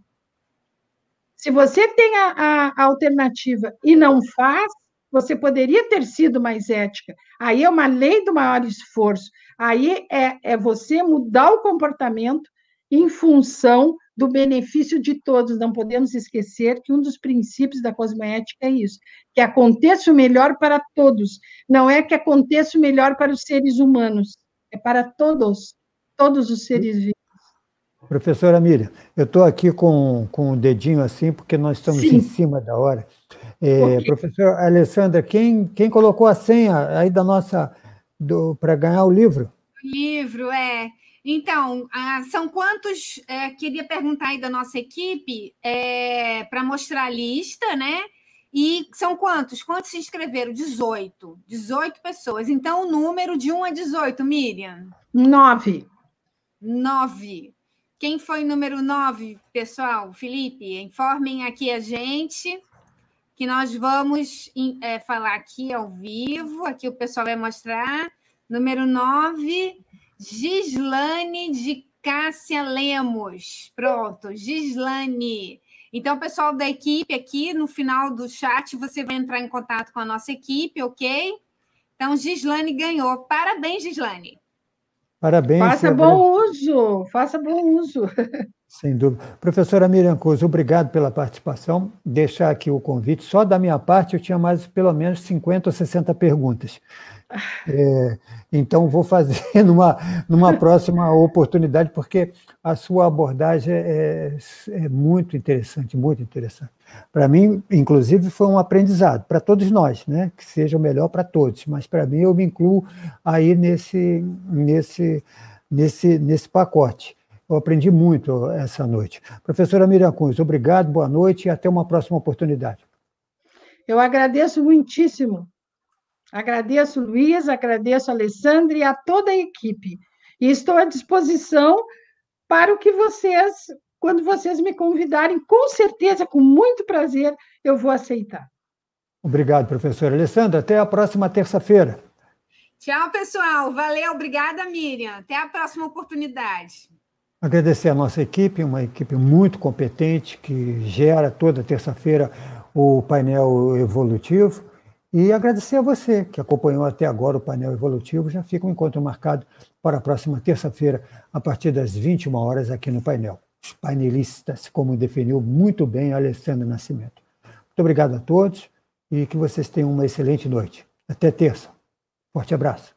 Se você tem a, a, a alternativa e não faz, você poderia ter sido mais ética. Aí é uma lei do maior esforço. Aí é, é você mudar o comportamento em função do benefício de todos. Não podemos esquecer que um dos princípios da cosmoética é isso, que aconteça o melhor para todos. Não é que aconteça o melhor para os seres humanos, é para todos, todos os seres vivos. Professora Miriam, eu estou aqui com, com o dedinho assim, porque nós estamos Sim. em cima da hora. É, professora Alessandra, quem, quem colocou a senha aí da nossa, para ganhar o livro? O livro, é... Então, ah, são quantos, é, queria perguntar aí da nossa equipe, é, para mostrar a lista, né? E são quantos? Quantos se inscreveram? dezoito. dezoito pessoas. Então, o número de um a dezoito, Miriam? Nove. Nove. Quem foi o número nove, pessoal? Felipe, informem aqui a gente, que nós vamos é, falar aqui ao vivo, aqui o pessoal vai mostrar. Número nove... Gislane de Cássia Lemos. Pronto, Gislane. Então, pessoal da equipe aqui, no final do chat, você vai entrar em contato com a nossa equipe, ok? Então, Gislane ganhou. Parabéns, Gislane. Parabéns. Faça bom uso, faça bom uso. Sem dúvida. Professora Miriam Couso, obrigado pela participação. Deixar aqui o convite. Só da minha parte, eu tinha mais pelo menos cinquenta ou sessenta perguntas. É, então, vou fazer numa, numa próxima oportunidade, porque a sua abordagem é, é muito interessante, muito interessante. Para mim, inclusive, foi um aprendizado, para todos nós, né? Que seja o melhor para todos, mas para mim eu me incluo aí nesse, nesse, nesse, nesse pacote. Eu aprendi muito essa noite. Professora Miriam Couso, obrigado, boa noite e até uma próxima oportunidade. Eu agradeço muitíssimo Agradeço, Luiz, agradeço, Alessandra, e a toda a equipe. E estou à disposição para o que vocês, quando vocês me convidarem, com certeza, com muito prazer, eu vou aceitar. Obrigado, professora Alessandra. Até a próxima terça-feira. Tchau, pessoal. Valeu, obrigada, Miriam. Até a próxima oportunidade. Agradecer a nossa equipe, uma equipe muito competente, que gera toda terça-feira o painel evolutivo. E agradecer a você que acompanhou até agora o painel evolutivo. Já fica um encontro marcado para a próxima terça-feira, a partir das vinte e uma horas, aqui no painel. Os painelistas, como definiu muito bem a Alessandra Nascimento. Muito obrigado a todos e que vocês tenham uma excelente noite. Até terça. Forte abraço.